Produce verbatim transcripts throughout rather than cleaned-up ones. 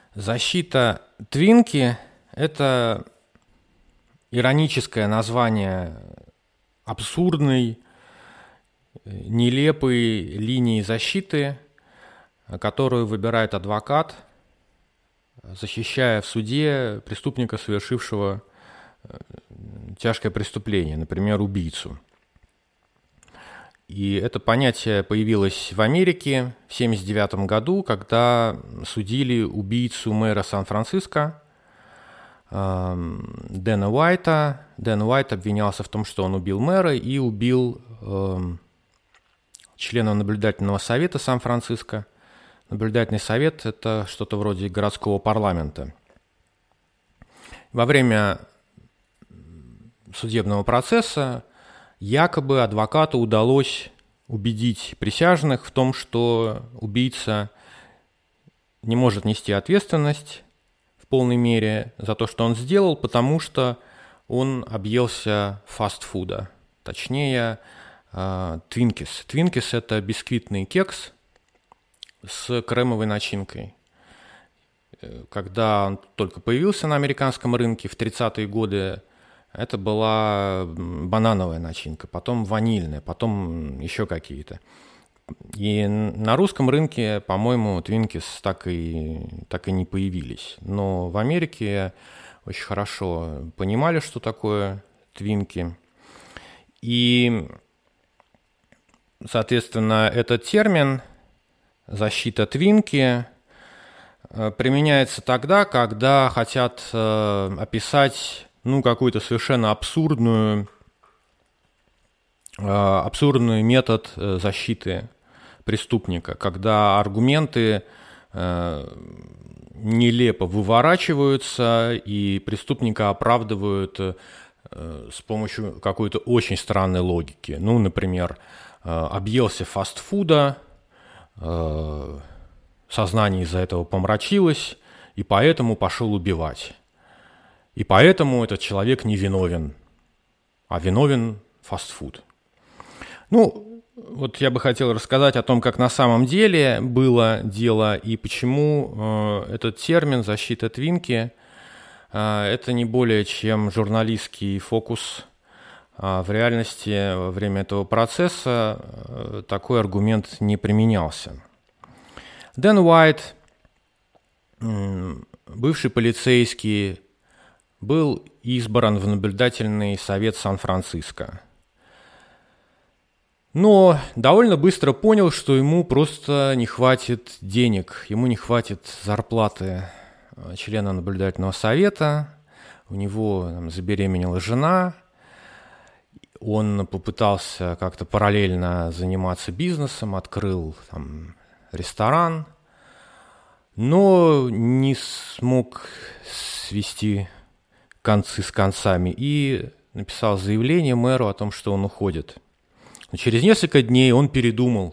Защита Твинки – это ироническое название абсурдной, нелепой линии защиты, которую выбирает адвокат, защищая в суде преступника, совершившего тяжкое преступление, например, убийцу. И это понятие появилось в Америке в семьдесят девятом году, когда судили убийцу мэра Сан-Франциско Дэна Уайта. Дэн Уайт обвинялся в том, что он убил мэра и убил э, члена наблюдательного совета Сан-Франциско. Наблюдательный совет – это что-то вроде городского парламента. Во время судебного процесса якобы адвокату удалось убедить присяжных в том, что убийца не может нести ответственность в полной мере за то, что он сделал, потому что он объелся фастфуда, точнее, твинкис. Твинкис – это бисквитный кекс с кремовой начинкой. Когда он только появился на американском рынке в тридцатые годы, это была банановая начинка, потом ванильная, потом еще какие-то. И на русском рынке, по-моему, твинкис так и, так и не появились. Но в Америке очень хорошо понимали, что такое твинки. И, соответственно, этот термин «защита твинки» применяется тогда, когда хотят описать ну, какую-то совершенно абсурдную, абсурдный метод защиты преступника, когда аргументы нелепо выворачиваются и преступника оправдывают с помощью какой-то очень странной логики. Ну, например, объелся фастфуда, сознание из-за этого помрачилось, и поэтому пошел убивать. И поэтому этот человек не виновен, а виновен фастфуд. Ну, вот я бы хотел рассказать о том, как на самом деле было дело и почему э, этот термин «защита твинки» э, это не более чем журналистский фокус. А в реальности во время этого процесса э, такой аргумент не применялся. Дэн Уайт, э, бывший полицейский, был избран в наблюдательный совет Сан-Франциско. Но довольно быстро понял, что ему просто не хватит денег, ему не хватит зарплаты члена наблюдательного совета, у него там забеременела жена, он попытался как-то параллельно заниматься бизнесом, открыл там ресторан, но не смог свести концы с концами и написал заявление мэру о том, что он уходит. Но через несколько дней он передумал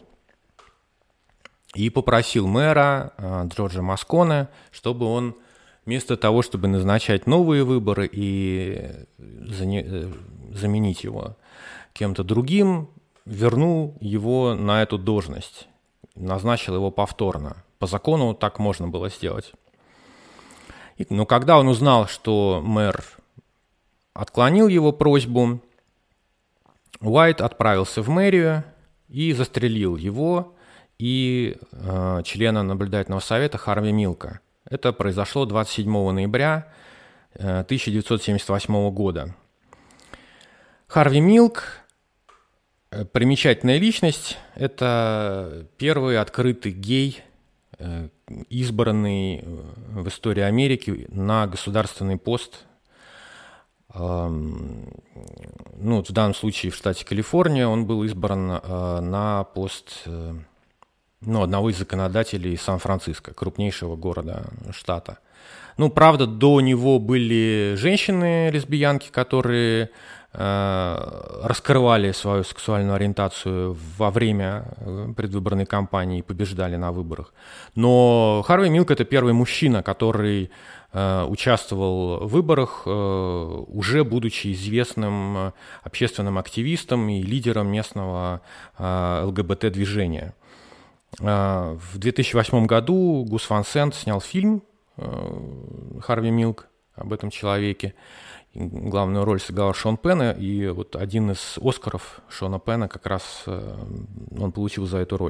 и попросил мэра Джорджа Москоне, чтобы он вместо того, чтобы назначать новые выборы и заменить его кем-то другим, вернул его на эту должность, назначил его повторно. По закону так можно было сделать. Но когда он узнал, что мэр отклонил его просьбу, Уайт отправился в мэрию и застрелил его и э, члена наблюдательного совета Харви Милка. Это произошло двадцать седьмого ноября тысяча девятьсот семьдесят восьмого года. Харви Милк – примечательная личность. Это первый открытый гей, избранный в истории Америки на государственный пост, ну, в данном случае в штате Калифорния, он был избран на пост ну, одного из законодателей Сан-Франциско, крупнейшего города штата. Ну, правда, до него были женщины-лесбиянки, которые э, раскрывали свою сексуальную ориентацию во время предвыборной кампании и побеждали на выборах. Но Харви Милк – это первый мужчина, который э, участвовал в выборах, э, уже будучи известным общественным активистом и лидером местного э, ЛГБТ-движения. Э, в две тысячи восьмом году Гус Ван Сент снял фильм Харви Милк, об этом человеке. Главную роль сыграл Шон Пенн, и вот один из Оскаров Шона Пенна как раз он получил за эту роль.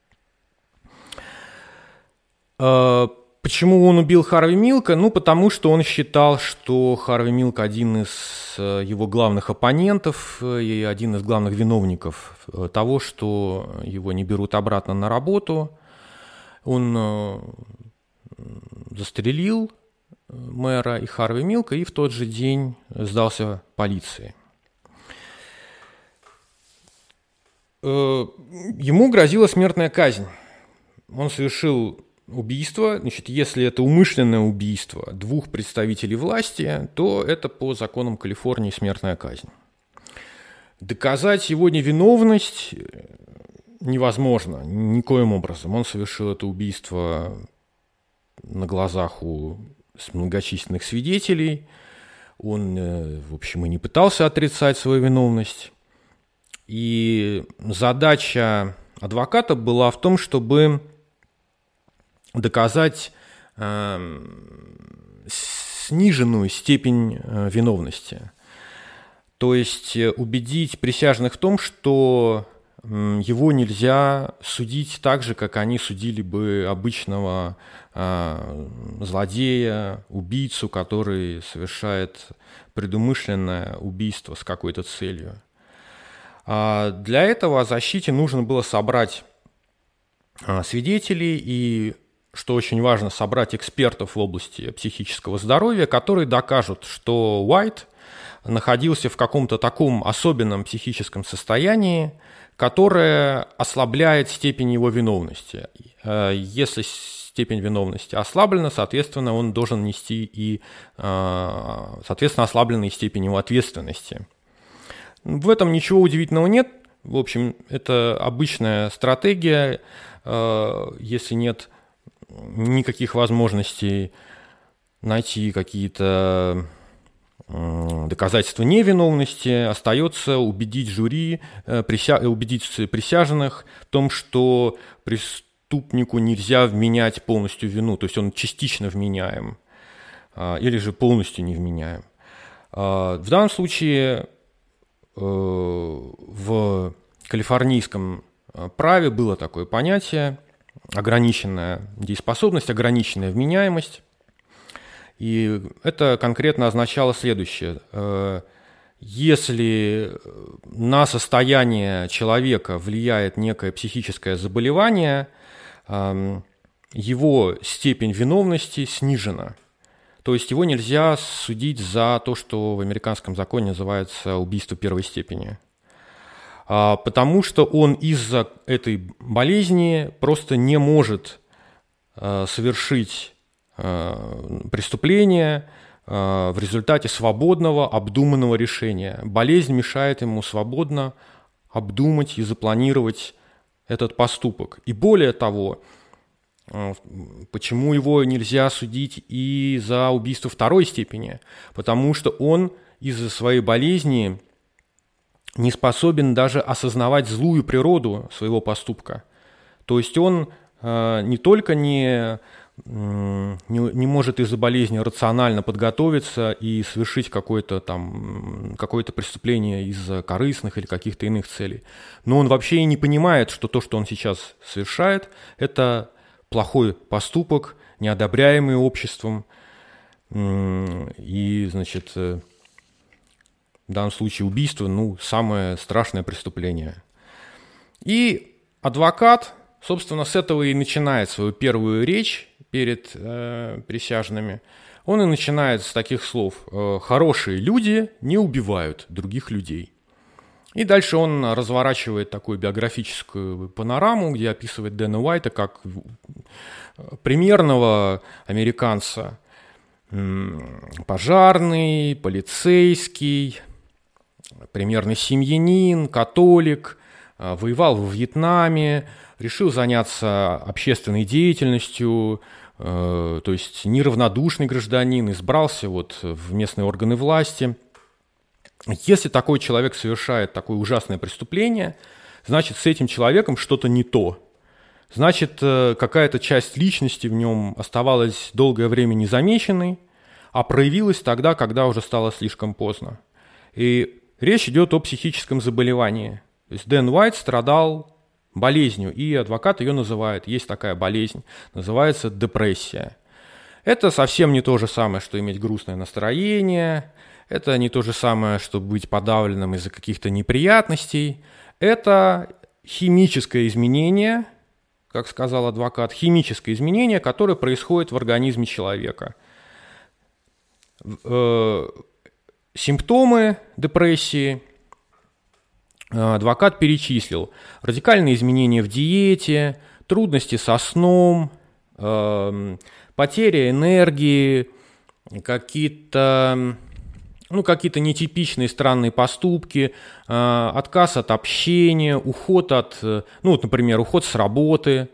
Почему он убил Харви Милка? Ну, потому что он считал, что Харви Милк один из его главных оппонентов и один из главных виновников того, что его не берут обратно на работу. Он застрелил мэра и Харви Милка и в тот же день сдался полиции. Ему грозила смертная казнь. Он совершил убийство. Значит, если это умышленное убийство двух представителей власти, то это по законам Калифорнии смертная казнь. Доказать его невиновность невозможно никоим образом. Он совершил это убийство на глазах у многочисленных свидетелей. Он, в общем, и не пытался отрицать свою виновность. И задача адвоката была в том, чтобы доказать э, сниженную степень э, виновности. То есть убедить присяжных в том, что э, его нельзя судить так же, как они судили бы обычного э, злодея, убийцу, который совершает предумышленное убийство с какой-то целью. А для этого защите нужно было собрать э, свидетелей и, что очень важно, собрать экспертов в области психического здоровья, которые докажут, что Уайт находился в каком-то таком особенном психическом состоянии, которое ослабляет степень его виновности. Если степень виновности ослаблена, соответственно, он должен нести и, соответственно, ослабленную степень его ответственности. В этом ничего удивительного нет. В общем, это обычная стратегия. Если нет никаких возможностей найти какие-то доказательства невиновности, остается убедить жюри, прися... убедить присяжных в том, что преступнику нельзя вменять полностью вину, то есть он частично вменяем или же полностью невменяем. В данном случае в калифорнийском праве было такое понятие: ограниченная дееспособность, ограниченная вменяемость. И это конкретно означало следующее. Если на состояние человека влияет некое психическое заболевание, его степень виновности снижена. То есть его нельзя судить за то, что в американском законе называется убийство первой степени. Потому что он из-за этой болезни просто не может совершить преступление в результате свободного, обдуманного решения. Болезнь мешает ему свободно обдумать и запланировать этот поступок. И более того, почему его нельзя судить и за убийство второй степени? Потому что он из-за своей болезни не способен даже осознавать злую природу своего поступка. То есть он э, не только не, не, не может из-за болезни рационально подготовиться и совершить какое-то там, какое-то преступление из-за корыстных или каких-то иных целей, но он вообще и не понимает, что то, что он сейчас совершает, это плохой поступок, неодобряемый обществом, и, значит, в данном случае убийство, ну, самое страшное преступление. И адвокат, собственно, с этого и начинает свою первую речь перед э, присяжными. Он и начинает с таких слов: «Хорошие люди не убивают других людей». И дальше он разворачивает такую биографическую панораму, где описывает Дэна Уайта как примерного американца. Пожарный, полицейский, примерный семьянин, католик, воевал во Вьетнаме, решил заняться общественной деятельностью, то есть неравнодушный гражданин, избрался вот в местные органы власти. Если такой человек совершает такое ужасное преступление, значит, с этим человеком что-то не то. значит, какая-то часть личности в нем оставалась долгое время незамеченной, а проявилась тогда, когда уже стало слишком поздно. И речь идет о психическом заболевании. То есть Дэн Уайт страдал болезнью, и адвокат ее называет, есть такая болезнь, называется депрессия. Это совсем не то же самое, что иметь грустное настроение, это не то же самое, что быть подавленным из-за каких-то неприятностей. Это химическое изменение, как сказал адвокат, химическое изменение, которое происходит в организме человека. Симптомы депрессии адвокат перечислил. Радикальные изменения в диете, трудности со сном, потеря энергии, какие-то, ну, какие-то нетипичные странные поступки, отказ от общения, уход от, ну, вот, например, уход с работы.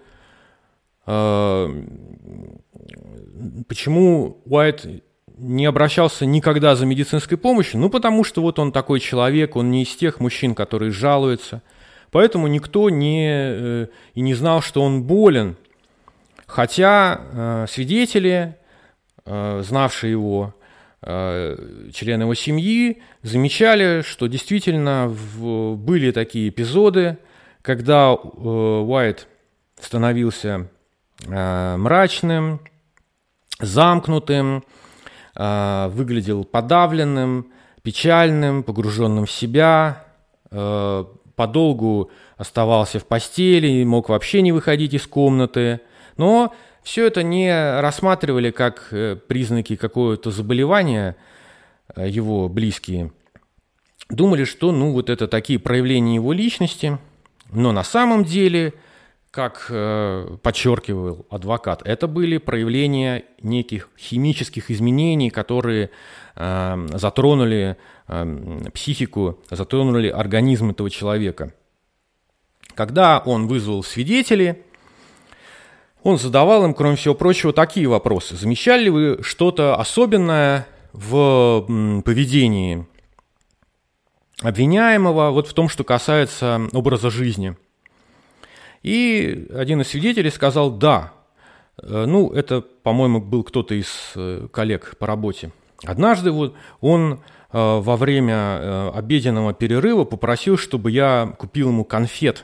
Почему Уайт не обращался никогда за медицинской помощью? Ну, потому что вот он такой человек, он не из тех мужчин, которые жалуются. Поэтому никто не, и не знал, что он болен. Хотя э, свидетели, э, знавшие его, э, члены его семьи, замечали, что действительно в, были такие эпизоды, когда э, Уайт становился э, мрачным, замкнутым, выглядел подавленным, печальным, погруженным в себя, подолгу оставался в постели, мог вообще не выходить из комнаты. Но все это не рассматривали как признаки какого-то заболевания его близкие. Думали, что ну, вот это такие проявления его личности. Но на самом деле, как э, подчеркивал адвокат, это были проявления неких химических изменений, которые э, затронули э, психику, затронули организм этого человека. Когда он вызвал свидетелей, он задавал им, кроме всего прочего, такие вопросы. Замечали ли вы что-то особенное в м, поведении обвиняемого, вот в том, что касается образа жизни? И один из свидетелей сказал «да». Ну, это, по-моему, был кто-то из коллег по работе. Однажды вот он во время обеденного перерыва попросил, чтобы я купил ему конфет.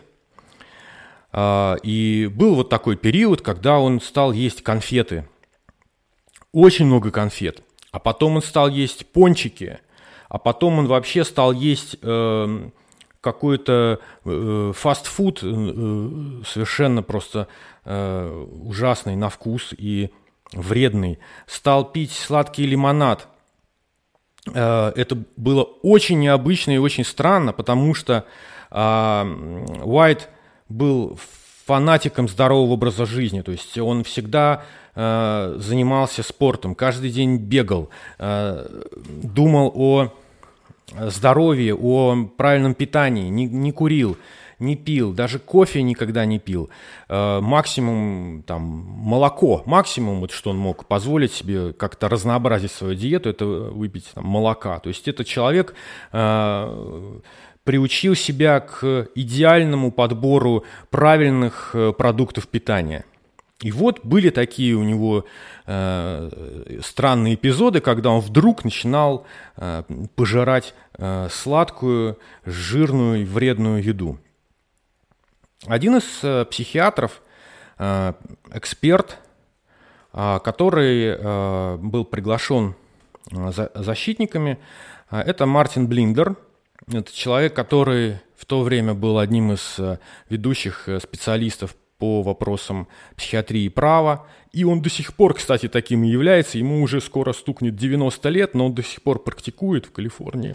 И был вот такой период, когда он стал есть конфеты. Очень много конфет. А потом он стал есть пончики. А потом он вообще стал есть какой-то э, фастфуд э, совершенно просто э, ужасный на вкус и вредный. Стал пить сладкий лимонад. Э, это было очень необычно и очень странно, потому что э, Уайт был фанатиком здорового образа жизни. То есть он всегда э, занимался спортом, каждый день бегал, э, думал о здоровье, о правильном питании, не, не курил, не пил, даже кофе никогда не пил. Э, максимум там, молоко, максимум, вот, что он мог позволить себе как-то разнообразить свою диету, это выпить там, молока. То есть этот человек э, приучил себя к идеальному подбору правильных э, продуктов питания. И вот были такие у него э, странные эпизоды, когда он вдруг начинал э, пожирать э, сладкую, жирную и вредную еду. Один из э, психиатров, э, эксперт, э, который э, был приглашен э, за, защитниками, э, это Мартин Блиндер. Это человек, который в то время был одним из э, ведущих э, специалистов по вопросам психиатрии и права. И он до сих пор, кстати, таким и является. Ему уже скоро стукнет девяносто лет, но он до сих пор практикует в Калифорнии.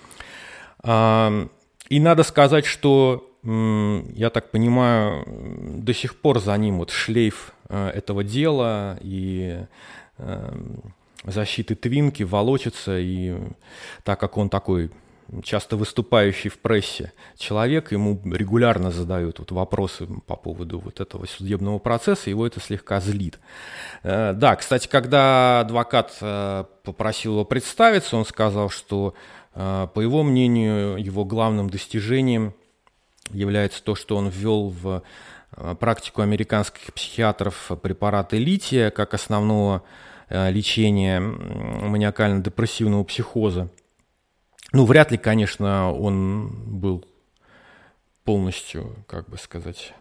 И надо сказать, что, я так понимаю, до сих пор за ним вот шлейф этого дела и защиты Твинки волочится. И так как он такой часто выступающий в прессе человек, ему регулярно задают вот вопросы по поводу вот этого судебного процесса, его это слегка злит. Да, кстати, когда адвокат попросил его представиться, он сказал, что, по его мнению, его главным достижением является то, что он ввел в практику американских психиатров препараты лития как основного лечения маниакально-депрессивного психоза. Ну, вряд ли, конечно, он был полностью, как бы сказать,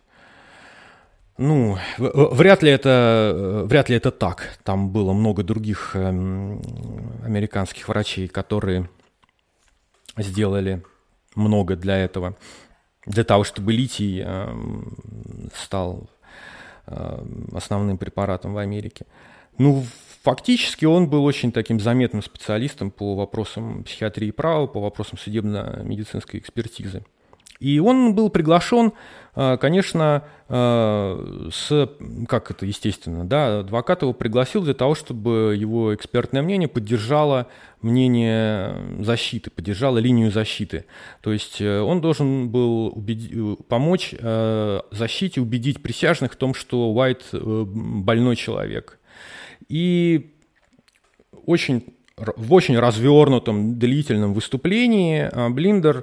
ну, вряд ли это, вряд ли это так. Там было много других американских врачей, которые сделали много для этого, для того, чтобы литий стал основным препаратом в Америке. Ну, фактически он был очень таким заметным специалистом по вопросам психиатрии и права, по вопросам судебно-медицинской экспертизы. И он был приглашен, конечно, с, как это естественно, да, адвокат его пригласил для того, чтобы его экспертное мнение поддержало мнение защиты, поддержало линию защиты. То есть он должен был убедить, помочь защите убедить присяжных в том, что Уайт больной человек. И очень, в очень развернутом, длительном выступлении Блиндер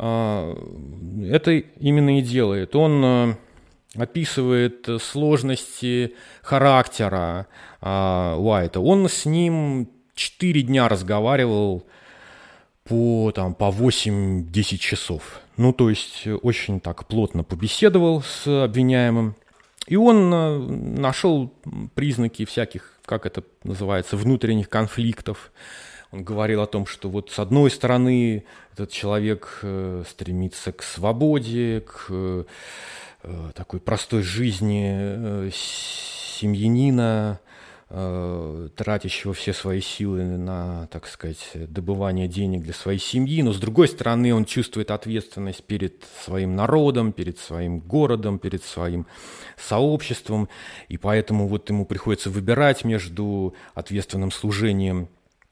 это именно и делает. Он описывает сложности характера Уайта. Он с ним четыре дня разговаривал по, там, по восемь-десять часов. Ну, то есть очень так плотно побеседовал с обвиняемым. И он нашел признаки всяких, как это называется, внутренних конфликтов. Он говорил о том, что вот с одной стороны этот человек стремится к свободе, к такой простой жизни семьянина, тратящего все свои силы на, так сказать, добывание денег для своей семьи, но с другой стороны он чувствует ответственность перед своим народом, перед своим городом, перед своим сообществом, и поэтому вот ему приходится выбирать между ответственным служением,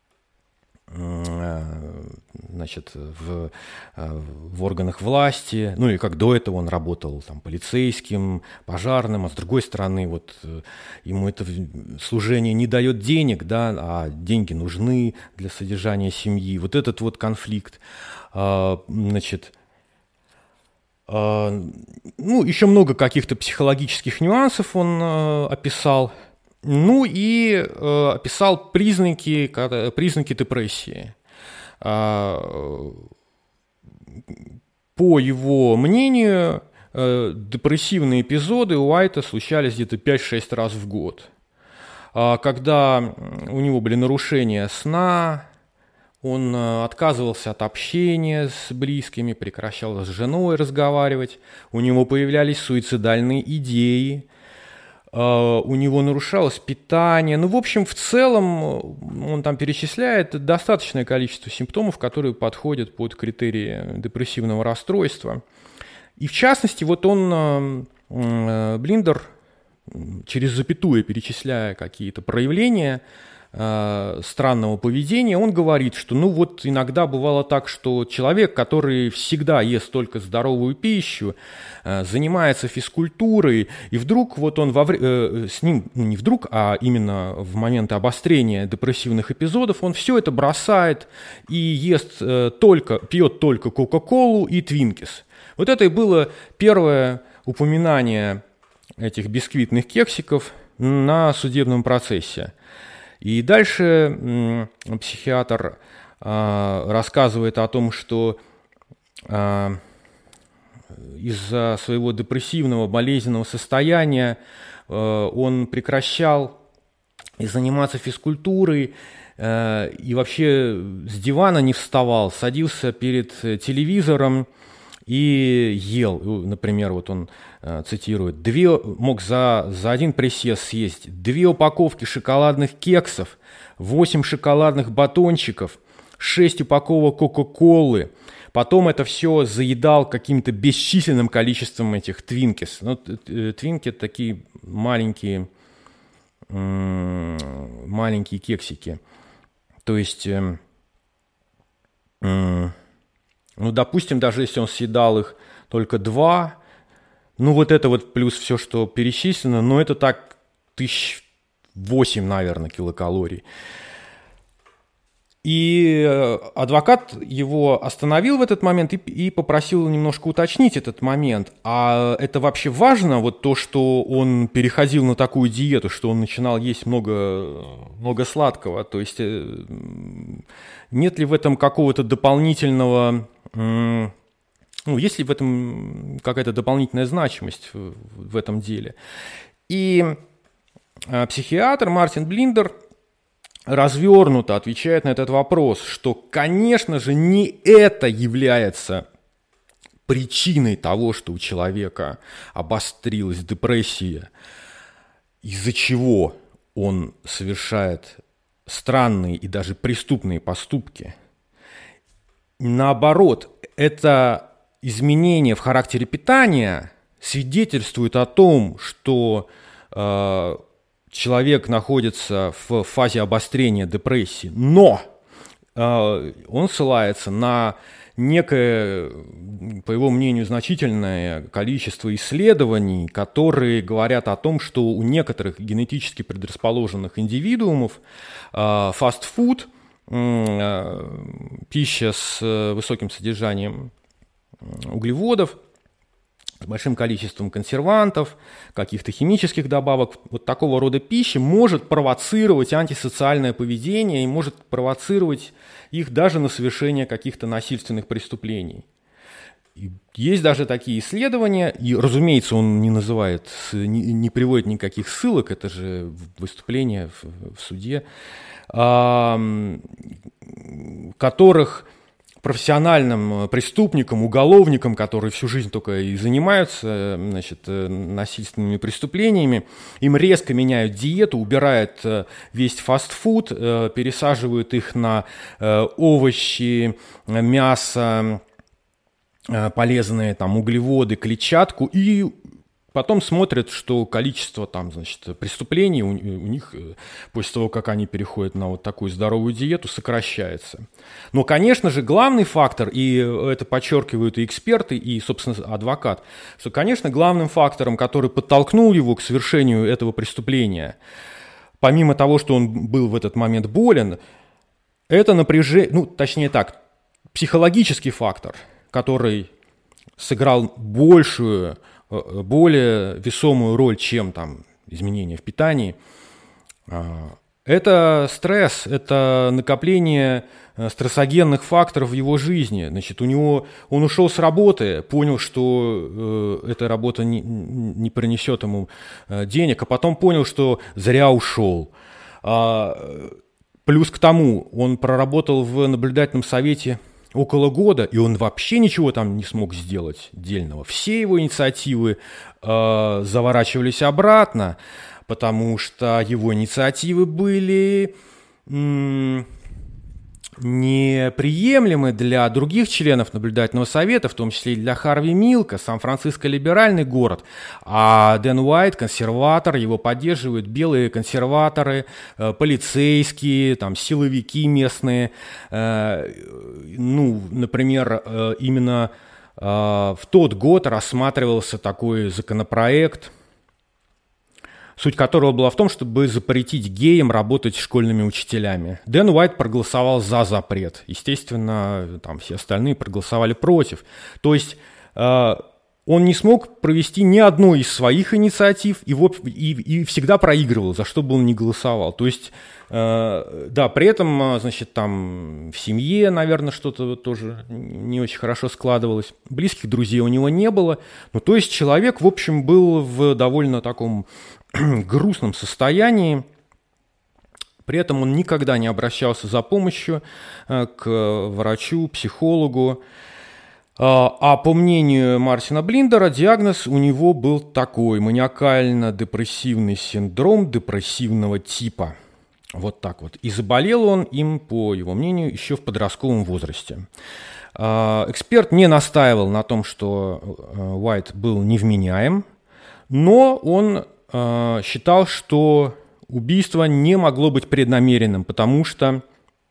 значит, в, в органах власти, ну и как до этого он работал там полицейским, пожарным, а с другой стороны вот ему это служение не дает денег, да, а деньги нужны для содержания семьи. Вот этот вот конфликт, значит, ну еще много каких-то психологических нюансов он описал. Ну и э, описал признаки, признаки депрессии. Э, по его мнению, э, депрессивные эпизоды у Уайта случались где-то пять-шесть раз в год. Э, когда у него были нарушения сна, он э, отказывался от общения с близкими, прекращал с женой разговаривать, у него появлялись суицидальные идеи, Uh, у него нарушалось питание. Ну, в общем, в целом он там перечисляет достаточное количество симптомов, которые подходят под критерии депрессивного расстройства. И в частности, вот он, uh, Блиндер, через запятую перечисляя какие-то проявления uh, странного поведения, он говорит, что ну вот иногда бывало так, что человек, который всегда ест только здоровую пищу, занимается физкультурой, и вдруг вот он во вре... с ним, не вдруг, а именно в моменты обострения депрессивных эпизодов, он все это бросает и ест только, пьет только Кока-Колу и Твинкис. Вот это и было первое упоминание этих бисквитных кексиков на судебном процессе. И дальше психиатр рассказывает о том, что из-за своего депрессивного, болезненного состояния э, он прекращал и заниматься физкультурой, э, и вообще с дивана не вставал, садился перед телевизором и ел. Например, вот он э, цитирует, две, мог за, за один присест съесть две упаковки шоколадных кексов, восемь шоколадных батончиков, шесть упаковок Кока-Колы. Потом это все заедал каким-то бесчисленным количеством этих твинкис. Ну, твинки — такие маленькие, маленькие кексики. То есть, ну, допустим, даже если он съедал их только два, ну, вот это вот плюс все, что перечислено, ну, это так тысяч восемь, наверное, килокалорий. И адвокат его остановил в этот момент и, и попросил немножко уточнить этот момент. А это вообще важно, вот то, что он переходил на такую диету, что он начинал есть много, много сладкого? То есть нет ли в этом какого-то дополнительного... Ну, есть ли в этом какая-то дополнительная значимость в, в этом деле? И психиатр Мартин Блиндер развернуто отвечает на этот вопрос, что, конечно же, не это является причиной того, что у человека обострилась депрессия, из-за чего он совершает странные и даже преступные поступки. Наоборот, это изменение в характере питания свидетельствует о том, что э, человек находится в фазе обострения депрессии, но э, он ссылается на некое, по его мнению, значительное количество исследований, которые говорят о том, что у некоторых генетически предрасположенных индивидуумов э, фастфуд, э, пища с высоким содержанием углеводов, с большим количеством консервантов, каких-то химических добавок, вот такого рода пищи может провоцировать антисоциальное поведение и может провоцировать их даже на совершение каких-то насильственных преступлений. И есть даже такие исследования, и, разумеется, он не называет, не, не приводит никаких ссылок, это же выступление в, в суде, а, которых профессиональным преступникам, уголовникам, которые всю жизнь только и занимаются, значит, насильственными преступлениями, им резко меняют диету, убирают весь фастфуд, пересаживают их на овощи, мясо, полезные там углеводы, клетчатку, и потом смотрят, что количество там, значит, преступлений у, у них после того, как они переходят на вот такую здоровую диету, сокращается. Но, конечно же, главный фактор, и это подчеркивают и эксперты, и, собственно, адвокат, что, конечно, главным фактором, который подтолкнул его к совершению этого преступления, помимо того, что он был в этот момент болен, это напряжение, ну, точнее так, психологический фактор, который сыграл большую, более весомую роль, чем там изменения в питании. Это стресс, это накопление стрессогенных факторов в его жизни. Значит, у него, он ушел с работы, понял, что э, эта работа не, не принесет ему денег, а потом понял, что зря ушел. А, плюс к тому, он проработал в наблюдательном совете около года, и он вообще ничего там не смог сделать дельного. Все его инициативы э, заворачивались обратно, потому что его инициативы были м- неприемлемы для других членов наблюдательного совета, в том числе и для Харви Милка. Сан-Франциско либеральный город, а Дэн Уайт консерватор, его поддерживают белые консерваторы, э, полицейские, там, силовики местные. Э, ну, например, э, именно э, в тот год рассматривался такой законопроект, суть которого была в том, чтобы запретить геям работать школьными учителями. Дэн Уайт проголосовал за запрет. Естественно, там все остальные проголосовали против. То есть э, он не смог провести ни одной из своих инициатив и, и, и всегда проигрывал, за что бы он ни голосовал. То есть, э, да, при этом, значит, там в семье, наверное, что-то тоже не очень хорошо складывалось. Близких друзей у него не было. Ну, то есть человек, в общем, был в довольно таком грустном состоянии. При этом он никогда не обращался за помощью к врачу, психологу. А по мнению Мартина Блиндера, диагноз у него был такой: маниакально-депрессивный синдром депрессивного типа. Вот так вот. И заболел он им, по его мнению, еще в подростковом возрасте. Эксперт не настаивал на том, что Уайт был невменяем, но он считал, что убийство не могло быть преднамеренным, потому что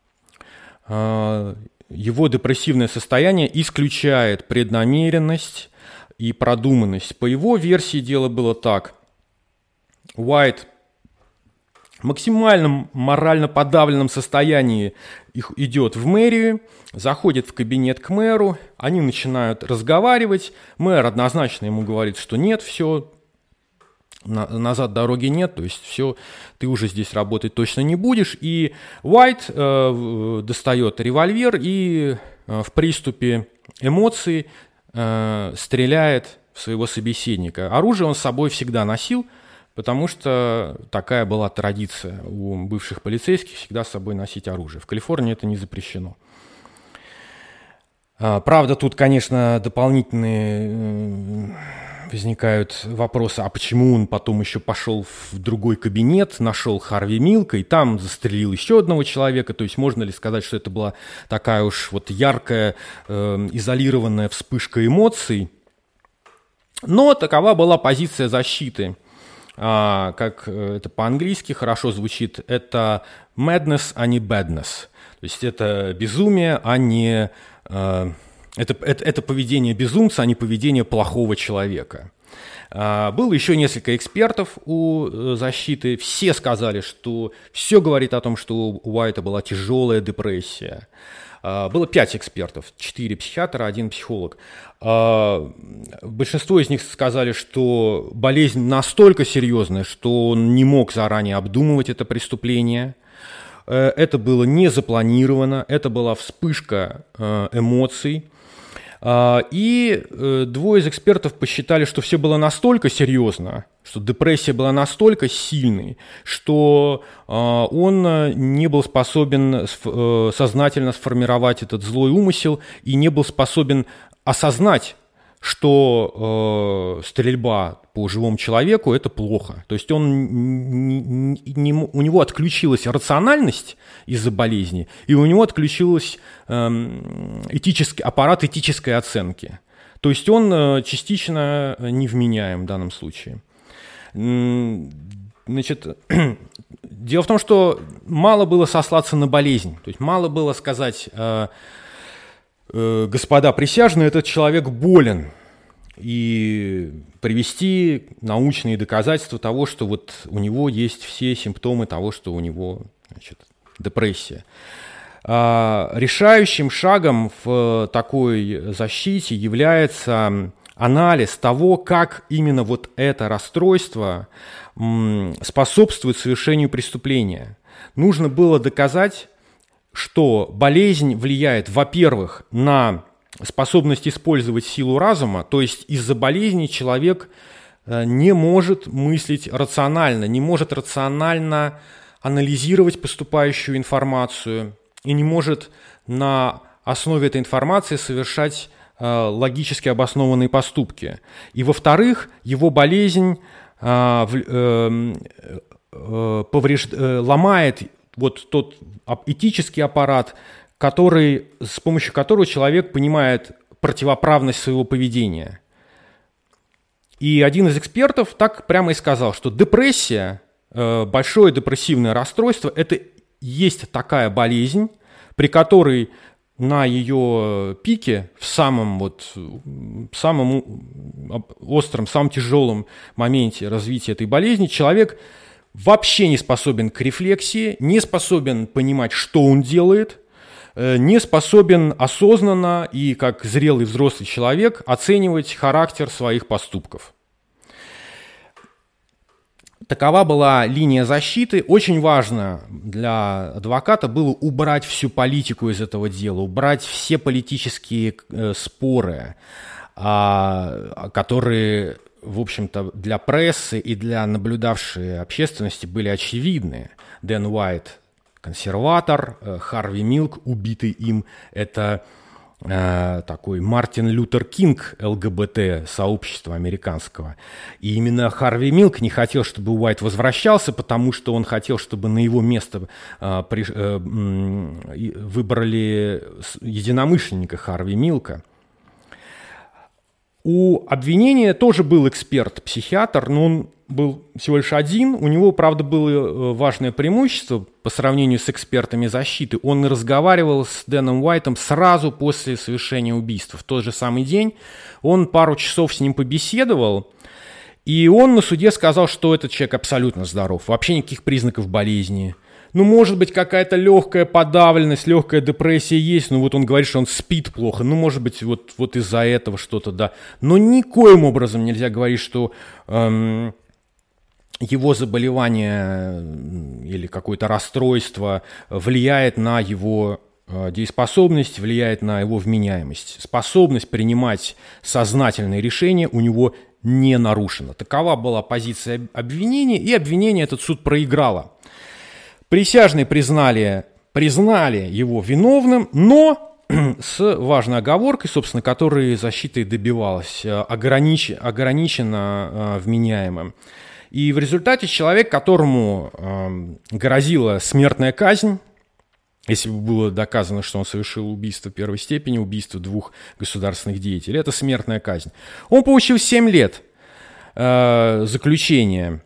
его депрессивное состояние исключает преднамеренность и продуманность. По его версии дело было так. Уайт максимально морально подавленном состоянии их идет в мэрию, заходит в кабинет к мэру, они начинают разговаривать, мэр однозначно ему говорит, что нет, все, на, назад дороги нет, то есть все, ты уже здесь работать точно не будешь, и Уайт э, достает револьвер и э, в приступе эмоций э, стреляет в своего собеседника. Оружие он с собой всегда носил, потому что такая была традиция у бывших полицейских всегда с собой носить оружие. В Калифорнии это не запрещено. Правда, тут, конечно, дополнительные возникают вопросы, а почему он потом еще пошел в другой кабинет, нашел Харви Милка и там застрелил еще одного человека. То есть можно ли сказать, что это была такая уж вот яркая, э, изолированная вспышка эмоций? Но такова была позиция защиты. А, как это по-английски хорошо звучит, это madness, а не badness. То есть это безумие, а не... А, это, это, это поведение безумца, а не поведение плохого человека. А, было еще несколько экспертов у защиты. Все сказали, что все говорит о том, что у Уайта была тяжелая депрессия. Было пять экспертов, четыре психиатра, один психолог. Большинство из них сказали, что болезнь настолько серьезная, что он не мог заранее обдумывать это преступление. Это было не запланировано, это была вспышка эмоций. И двое из экспертов посчитали, что все было настолько серьезно, что депрессия была настолько сильной, что он не был способен сознательно сформировать этот злой умысел и не был способен осознать, что стрельба по живому человеку – это плохо. То есть он, не, не, у него отключилась рациональность из-за болезни, и у него отключился этический, аппарат этической оценки. То есть он частично невменяем в данном случае. Значит, дело в том, что мало было сослаться на болезнь, то есть мало было сказать, э, э, господа присяжные, этот человек болен, и привести научные доказательства того, что вот у него есть все симптомы того, что у него, значит, депрессия. А решающим шагом в такой защите является анализ того, как именно вот это расстройство способствует совершению преступления. Нужно было доказать, что болезнь влияет, во-первых, на способность использовать силу разума, то есть из-за болезни человек не может мыслить рационально, не может рационально анализировать поступающую информацию и не может на основе этой информации совершать логически обоснованные поступки. И, во-вторых, его болезнь э, э, э, повреж... э, ломает вот тот этический аппарат, который, с помощью которого человек понимает противоправность своего поведения. И один из экспертов так прямо и сказал, что депрессия, э, большое депрессивное расстройство, это есть такая болезнь, при которой на ее пике, в самом, вот, самом остром, самом тяжелом моменте развития этой болезни, человек вообще не способен к рефлексии, не способен понимать, что он делает, не способен осознанно и как зрелый взрослый человек оценивать характер своих поступков. Такова была линия защиты. Очень важно для адвоката было убрать всю политику из этого дела, убрать все политические э, споры, э, которые, в общем-то, для прессы и для наблюдавшей общественности были очевидны. Дэн Уайт – консерватор, э, Харви Милк, убитый им, это э, такой Мартин Лютер Кинг эл гэ бэ тэ сообщества американского. И именно Харви Милк не хотел, чтобы Уайт возвращался, потому что он хотел, чтобы на его место э, при, э, э, выбрали единомышленника Харви Милка. У обвинения тоже был эксперт-психиатр, но он был всего лишь один. У него, правда, было важное преимущество по сравнению с экспертами защиты. Он разговаривал с Дэном Уайтом сразу после совершения убийства. В тот же самый день он пару часов с ним побеседовал, И он на суде сказал, что этот человек абсолютно здоров, вообще никаких признаков болезни. Ну, может быть, какая-то легкая подавленность, легкая депрессия есть, но вот он говорит, что он спит плохо, ну, может быть, вот, вот из-за этого что-то, да. Но никоим образом нельзя говорить, что эм, его заболевание или какое-то расстройство влияет на его э, дееспособность, влияет на его вменяемость. Способность принимать сознательные решения у него не нарушена. Такова была позиция обвинения, и обвинение этот суд проиграло. Присяжные признали, признали его виновным, но с важной оговоркой, собственно, которой защита и добивалась, огранич, ограниченно э, вменяемым. И в результате человек, которому э, грозила смертная казнь, если бы было доказано, что он совершил убийство первой степени, убийство двух государственных деятелей, это смертная казнь. Он получил семь лет э, заключения,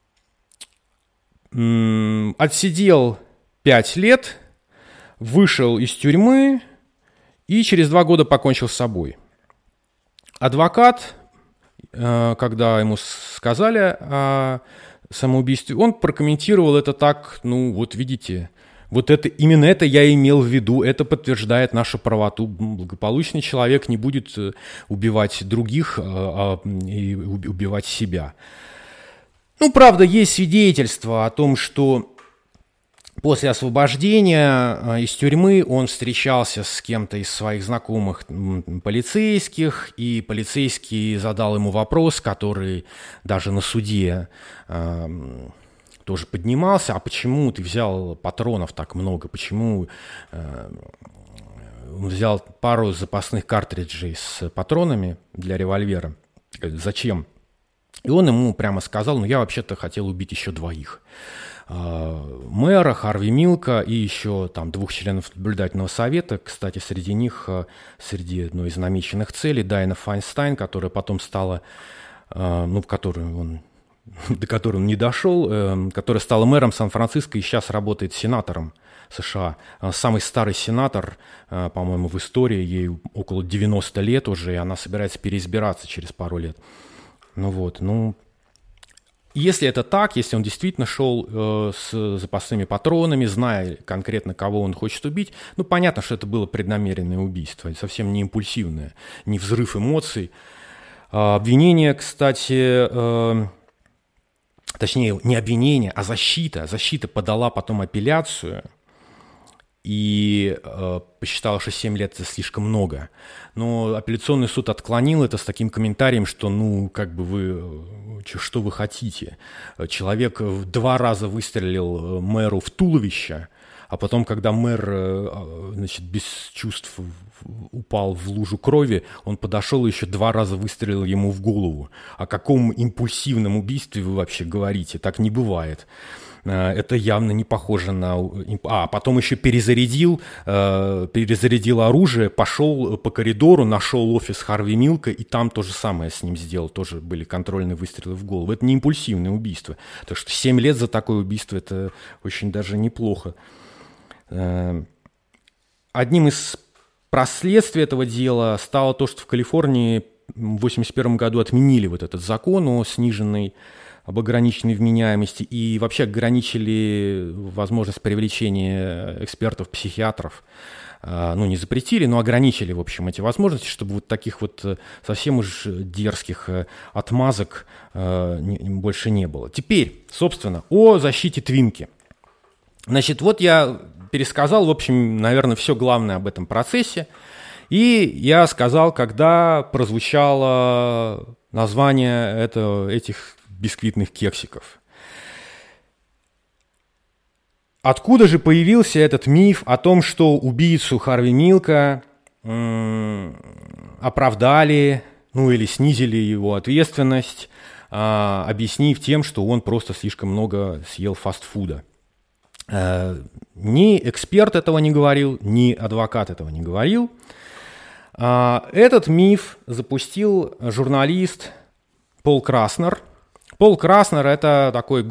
м- отсидел пять лет, вышел из тюрьмы и через два года покончил с собой. Адвокат, э, когда ему сказали о самоубийстве, он прокомментировал это так, ну вот видите, вот это, именно это я имел в виду, это подтверждает нашу правоту. Благополучный человек не будет убивать других а, а, и убивать себя. Ну, правда, есть свидетельства о том, что после освобождения из тюрьмы он встречался с кем-то из своих знакомых полицейских, и полицейский задал ему вопрос, который даже на суде тоже поднимался: а почему ты взял патронов так много, почему э, он взял пару запасных картриджей с патронами для револьвера, зачем? И он ему прямо сказал: ну я вообще-то хотел убить еще двоих. Э, мэра, Харви Милка и еще там двух членов наблюдательного совета, кстати, среди них, среди одной из намеченных целей, Дайана Файнстайн, которая потом стала, э, ну в которую он... до которой он не дошел, э, которая стала мэром Сан-Франциско и сейчас работает сенатором США. Самый старый сенатор, э, по-моему, в истории, ей около девяноста лет уже, и она собирается переизбираться через пару лет. Ну вот, ну, если это так, если он действительно шел э, с запасными патронами, зная конкретно, кого он хочет убить, ну, понятно, что это было преднамеренное убийство, совсем не импульсивное, не взрыв эмоций. А обвинение, кстати... Э, Точнее, не обвинение, а защита. Защита подала потом апелляцию и э, посчитала, что семь лет – это слишком много. Но апелляционный суд отклонил это с таким комментарием, что, ну, как бы вы, что вы хотите. Человек два раза выстрелил мэру в туловище, а потом, когда мэр, значит, без чувств упал в лужу крови, он подошел и еще два раза выстрелил ему в голову. О каком импульсивном убийстве вы вообще говорите? Так не бывает. Это явно не похоже на... А, потом еще перезарядил, перезарядил оружие, пошел по коридору, нашел офис Харви Милка, и там то же самое с ним сделал. Тоже были контрольные выстрелы в голову. Это не импульсивное убийство. Так что семь лет за такое убийство – это очень даже неплохо. Одним из последствий этого дела стало то, что в Калифорнии в восемьдесят первом году отменили вот этот закон о сниженной, об ограниченной вменяемости и вообще ограничили возможность привлечения экспертов-психиатров. Ну, не запретили, но ограничили, в общем, эти возможности, чтобы вот таких вот совсем уж дерзких отмазок больше не было. Теперь, собственно, о защите Твинки. Значит, вот я пересказал, в общем, наверное, все главное об этом процессе. И я сказал, когда прозвучало название это, этих бисквитных кексиков. Откуда же появился этот миф о том, что убийцу Харви Милка м- оправдали, ну или снизили его ответственность, а, объяснив тем, что он просто слишком много съел фастфуда? Ни эксперт этого не говорил, ни адвокат этого не говорил. Этот миф запустил журналист Пол Краснер. Пол Краснер – это такой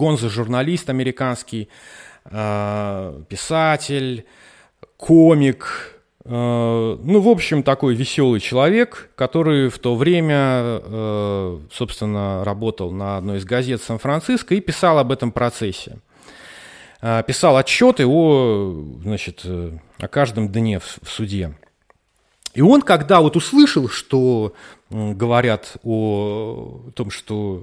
гонзо-журналист американский, писатель, комик, Ну, в общем, такой веселый человек, который в то время, собственно, работал на одной из газет Сан-Франциско и писал об этом процессе. Писал отчеты о, значит, о каждом дне в суде. И он, когда вот услышал, что говорят о том, что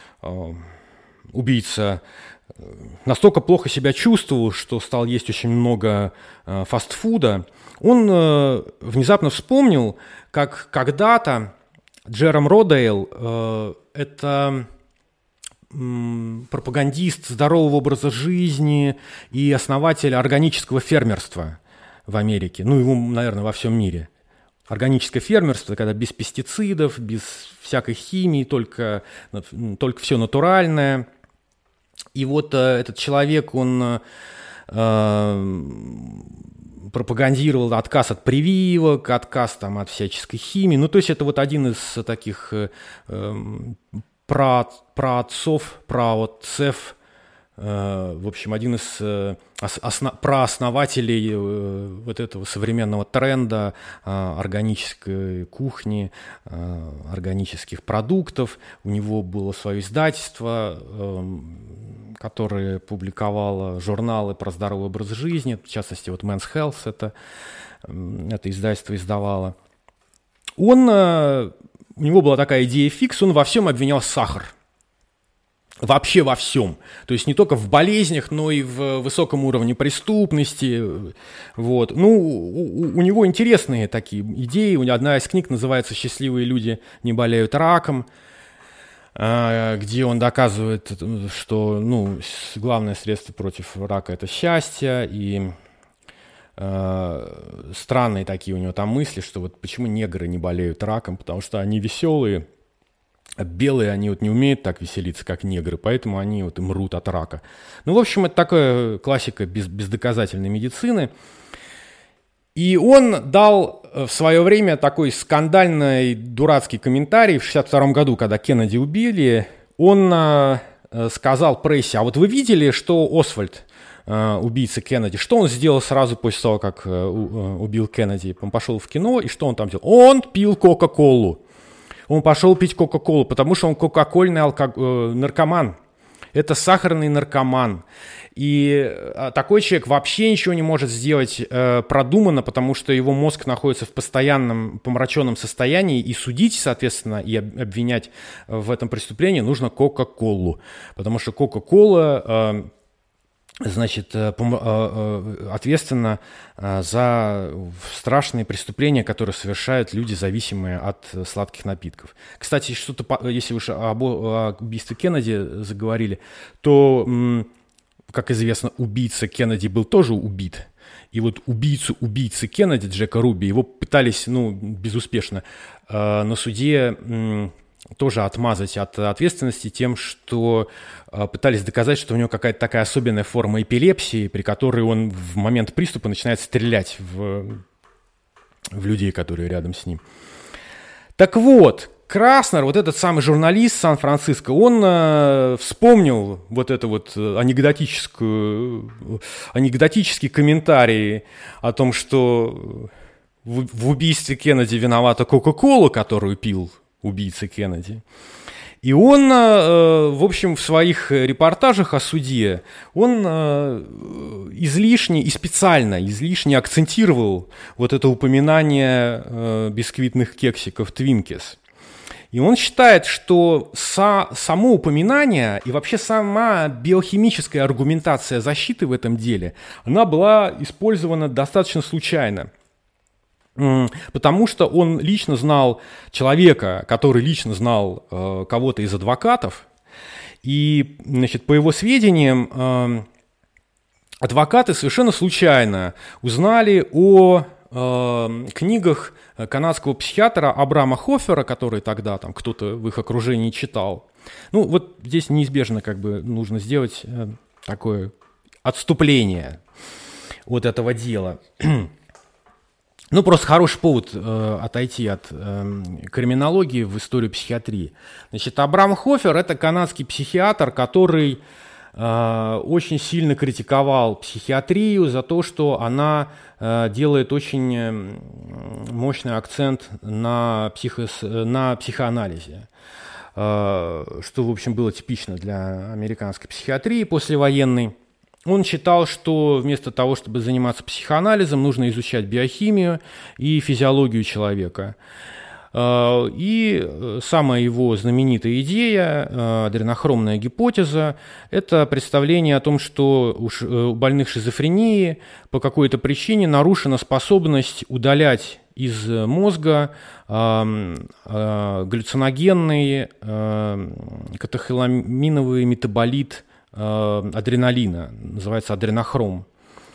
убийца настолько плохо себя чувствовал, что стал есть очень много фастфуда, он э, внезапно вспомнил, как когда-то Джером Родейл, э, это э, пропагандист здорового образа жизни и основатель органического фермерства в Америке, ну, его, наверное, во всем мире. Органическое фермерство, когда без пестицидов, без всякой химии, только, только все натуральное. И вот э, этот человек, он... Э, пропагандировал отказ от прививок, отказ там, от всяческой химии. Ну, то есть это вот один из таких э, пра, праотцов, праотцев, э, в общем, один из э, осно, праоснователей э, вот этого современного тренда э, органической кухни, э, органических продуктов. У него было свое издательство, э, которая публиковала журналы про здоровый образ жизни, в частности, вот Men's Health это, это издательство издавало. Он, у него была такая идея фикс, он во всем обвинял сахар. Вообще во всем. То есть не только в болезнях, но и в высоком уровне преступности. Вот. Ну, у, у него интересные такие идеи. Одна из книг называется «Счастливые люди не болеют раком», где он доказывает, что ну, главное средство против рака – это счастье, и э, странные такие у него там мысли, что вот почему негры не болеют раком, потому что они веселые, а белые они вот не умеют так веселиться, как негры, поэтому они вот и мрут от рака. Ну, в общем, это такая классика без, бездоказательной медицины. И он дал в свое время такой скандальный, дурацкий комментарий в шестьдесят втором году, когда Кеннеди убили. Он э, сказал прессе: а вот вы видели, что Освальд, э, убийца Кеннеди, что он сделал сразу после того, как э, убил Кеннеди? Он пошел в кино, и что он там делал? Он пил Кока-Колу. Он пошел пить Кока-Колу, потому что он кока-кольный алког... э, наркоман. Это сахарный наркоман. И такой человек вообще ничего не может сделать э, продуманно, потому что его мозг находится в постоянном помраченном состоянии, и судить, соответственно, и обвинять в этом преступлении нужно Кока-Колу. Потому что Кока-Кола, э, значит, э, э, ответственна э, за страшные преступления, которые совершают люди, зависимые от сладких напитков. Кстати, что-то, если уж об убийстве Кеннеди заговорили, то... М- Как известно, убийца Кеннеди был тоже убит. И вот убийцу убийцы Кеннеди, Джека Руби, его пытались, ну, безуспешно э, на суде э, тоже отмазать от ответственности тем, что э, пытались доказать, что у него какая-то такая особенная форма эпилепсии, при которой он в момент приступа начинает стрелять в, в людей, которые рядом с ним. Так вот, Краснер, вот этот самый журналист Сан-Франциско, он э, вспомнил вот это вот анекдотическую, анекдотический комментарий о том, что в, в убийстве Кеннеди виновата Кока-Кола, которую пил убийца Кеннеди. И он, э, в общем, в своих репортажах о суде, он э, излишне и специально излишне акцентировал вот это упоминание э, бисквитных кексиков Твинкис. И он считает, что са, само упоминание и вообще сама биохимическая аргументация защиты в этом деле, она была использована достаточно случайно. Потому что он лично знал человека, который лично знал э, кого-то из адвокатов. И, значит, по его сведениям, э, адвокаты совершенно случайно узнали о э, книгах канадского психиатра Абрама Хофера, который тогда там кто-то в их окружении читал. Ну, вот здесь неизбежно как бы нужно сделать э, такое отступление от этого дела. Ну, просто хороший повод э, отойти от э, криминологии в историю психиатрии. Значит, Абрам Хофер – это канадский психиатр, который очень сильно критиковал психиатрию за то, что она делает очень мощный акцент на, психос... на психоанализе, что, в общем, было типично для американской психиатрии послевоенной. Он считал, что вместо того, чтобы заниматься психоанализом, нужно изучать биохимию и физиологию человека. И самая его знаменитая идея, адренохромная гипотеза, это представление о том, что у больных шизофрении по какой-то причине нарушена способность удалять из мозга галлюциногенный катехоламиновый метаболит адреналина, называется адренохром.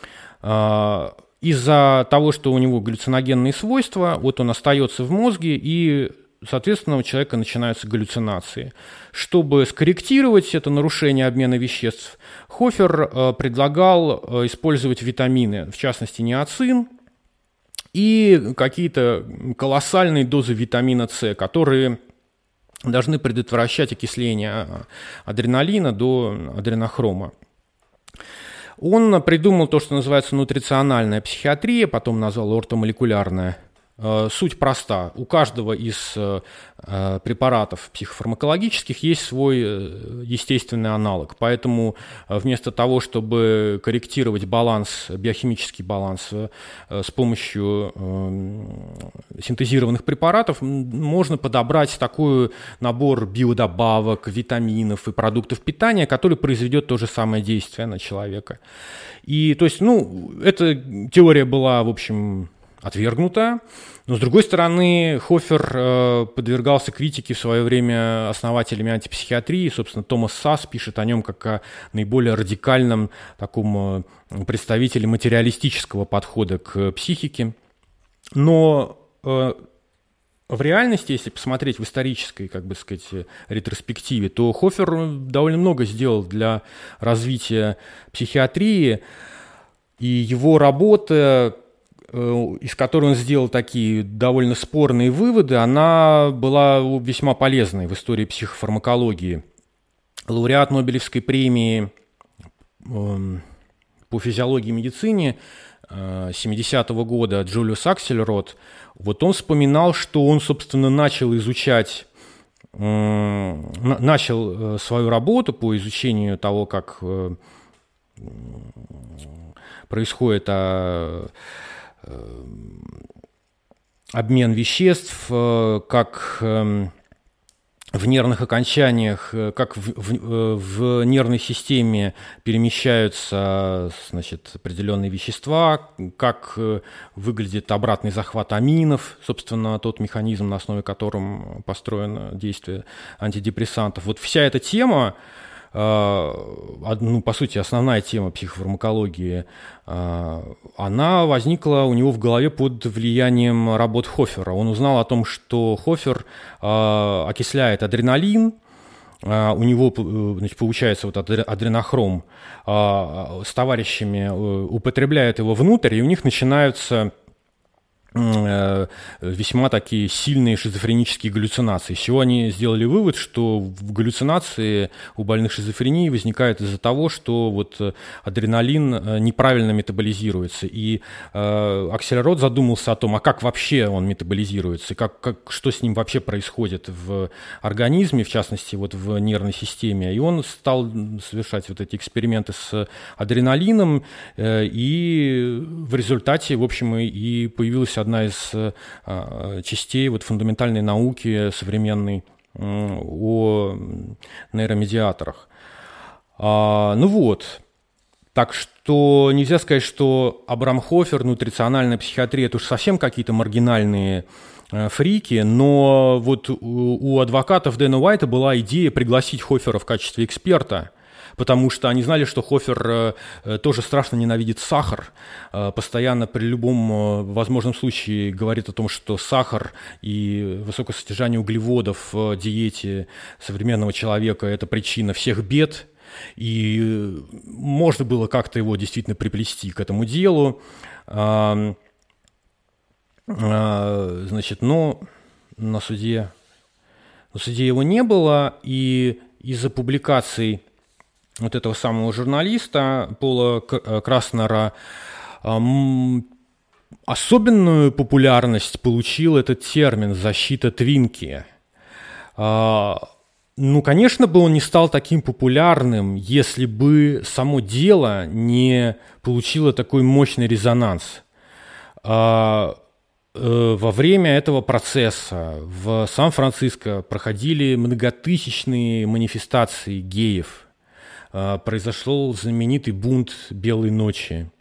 Из-за того, что у него галлюциногенные свойства, вот он остается в мозге, и, соответственно, у человека начинаются галлюцинации. Чтобы скорректировать это нарушение обмена веществ, Хофер предлагал использовать витамины, в частности, ниацин и какие-то колоссальные дозы витамина С, которые должны предотвращать окисление адреналина до адренохрома. Он придумал то, что называется нутрициональная психиатрия, потом назвал ортомолекулярная. Суть проста. У каждого из препаратов психофармакологических есть свой естественный аналог. Поэтому вместо того, чтобы корректировать баланс, биохимический баланс с помощью синтезированных препаратов, можно подобрать такой набор биодобавок, витаминов и продуктов питания, который произведет то же самое действие на человека. И, то есть, ну, эта теория была, в общем, отвергнута. Но, с другой стороны, Хофер э, подвергался критике в свое время основателями антипсихиатрии. Собственно, Томас Сасс пишет о нем как о наиболее радикальном таком э, представителе материалистического подхода к психике. Но э, в реальности, если посмотреть в исторической, как бы сказать, ретроспективе, то Хофер довольно много сделал для развития психиатрии, и его работа, из которой он сделал такие довольно спорные выводы, она была весьма полезной в истории психофармакологии. Лауреат Нобелевской премии по физиологии и медицине семидесятого года Джулиус Аксельрод, вот он вспоминал, что он, собственно, начал изучать, начал свою работу по изучению того, как происходит обмен веществ, как в нервных окончаниях, как в, в, в нервной системе перемещаются, значит, определенные вещества, как выглядит обратный захват аминов, собственно, тот механизм, на основе которого построено действие антидепрессантов. Вот вся эта тема, ну, по сути, основная тема психофармакологии, она возникла у него в голове под влиянием работ Хофера. Он узнал о том, что Хофер окисляет адреналин, у него, значит, получается вот адренохром, с товарищами употребляют его внутрь, и у них начинаются весьма такие сильные шизофренические галлюцинации. С чего они сделали вывод, что галлюцинации у больных шизофренией возникают из-за того, что вот адреналин неправильно метаболизируется. И э, Аксельрод задумался о том, а как вообще он метаболизируется, как, как, что с ним вообще происходит в организме, в частности, вот в нервной системе. И он стал совершать вот эти эксперименты с адреналином, э, и в результате, в общем, и, и появилась одна из а, частей вот, фундаментальной науки современной м, о нейромедиаторах. А, ну вот, так что нельзя сказать, что Абрам Хофер, нутрициональная психиатрия, это уж совсем какие-то маргинальные а, фрики, но вот у, у адвокатов Дэна Уайта была идея пригласить Хофера в качестве эксперта, потому что они знали, что Хофер э, тоже страшно ненавидит сахар, э, постоянно при любом э, возможном случае говорит о том, что сахар и высокое содержание углеводов в диете современного человека – это причина всех бед, и можно было как-то его действительно приплести к этому делу. Э, э, значит, но на суде, на суде его не было, и из-за публикаций вот этого самого журналиста Пола Краснера особенную популярность получил этот термин «защита Твинки». Ну, конечно бы он не стал таким популярным, если бы само дело не получило такой мощный резонанс. Во время этого процесса в Сан-Франциско проходили многотысячные манифестации геев. Произошел знаменитый бунт «Белой ночи».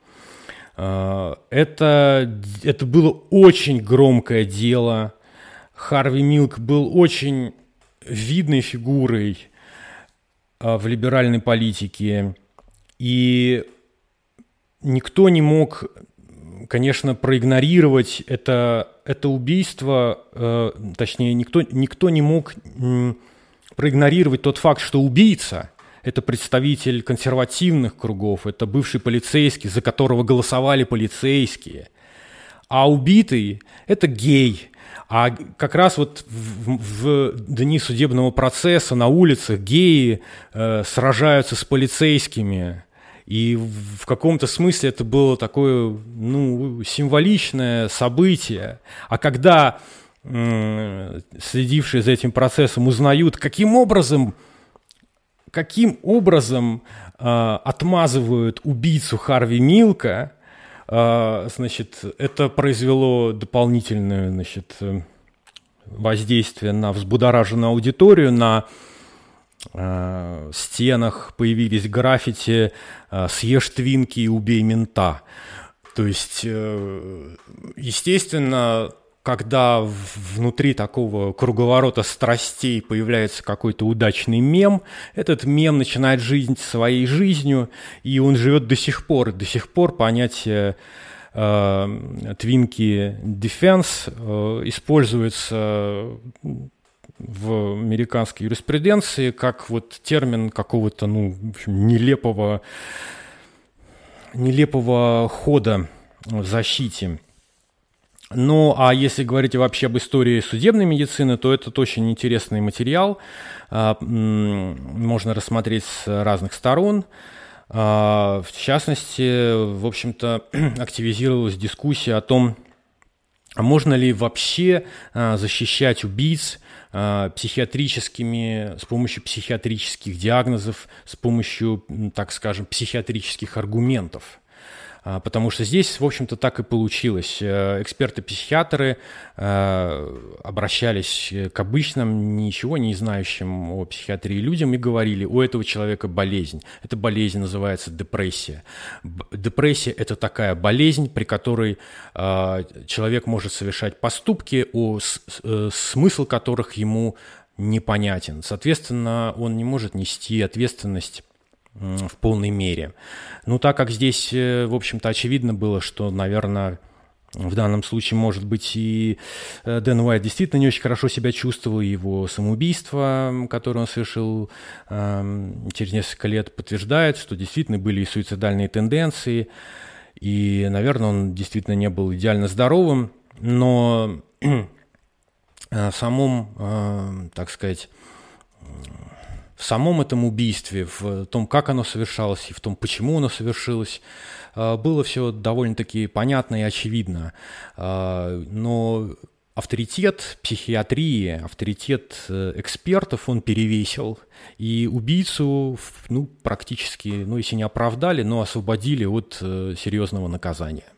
Это, это было очень громкое дело. Харви Милк был очень видной фигурой в либеральной политике. И никто не мог, конечно, проигнорировать это, это убийство, э, точнее, никто, никто не мог м, проигнорировать тот факт, что убийца – это представитель консервативных кругов, это бывший полицейский, за которого голосовали полицейские, а убитый – это гей. А как раз вот в, в дни судебного процесса на улицах геи э, сражаются с полицейскими. И в каком-то смысле это было такое, ну, символичное событие. А когда э, следившие за этим процессом узнают, каким образом, каким образом э, отмазывают убийцу Харви Милка, значит, это произвело дополнительное, значит, воздействие на взбудораженную аудиторию. На э, стенах появились граффити «Съешь Твинки и убей мента». То есть, э, естественно, когда внутри такого круговорота страстей появляется какой-то удачный мем, этот мем начинает жить своей жизнью, и он живет до сих пор. До сих пор понятие э, «твинки дефенс» э, используется в американской юриспруденции как вот термин какого-то, ну, в общем, нелепого, нелепого хода в защите. Ну, а если говорить вообще об истории судебной медицины, то это очень интересный материал. Можно рассмотреть с разных сторон. В частности, в общем-то, активизировалась дискуссия о том, можно ли вообще защищать убийц психиатрическими, с помощью психиатрических диагнозов, с помощью, так скажем, психиатрических аргументов. Потому что здесь, в общем-то, так и получилось. Эксперты-психиатры обращались к обычным, ничего не знающим о психиатрии людям и говорили: у этого человека болезнь. Эта болезнь называется депрессия. Депрессия – это такая болезнь, при которой человек может совершать поступки, о, смысл которых ему непонятен. Соответственно, он не может нести ответственность в полной мере. Ну, так как здесь, в общем-то, очевидно было, что, наверное, в данном случае, может быть, и Дэн Уайт действительно не очень хорошо себя чувствовал, его самоубийство, которое он совершил э, через несколько лет, подтверждает, что действительно были и суицидальные тенденции, и, наверное, он действительно не был идеально здоровым, но в самом, э, так сказать, в самом этом убийстве, в том, как оно совершалось и в том, почему оно совершилось, было все довольно-таки понятно и очевидно. Но авторитет психиатрии, авторитет экспертов он перевесил, и убийцу, ну, практически, ну, если не оправдали, но освободили от серьезного наказания.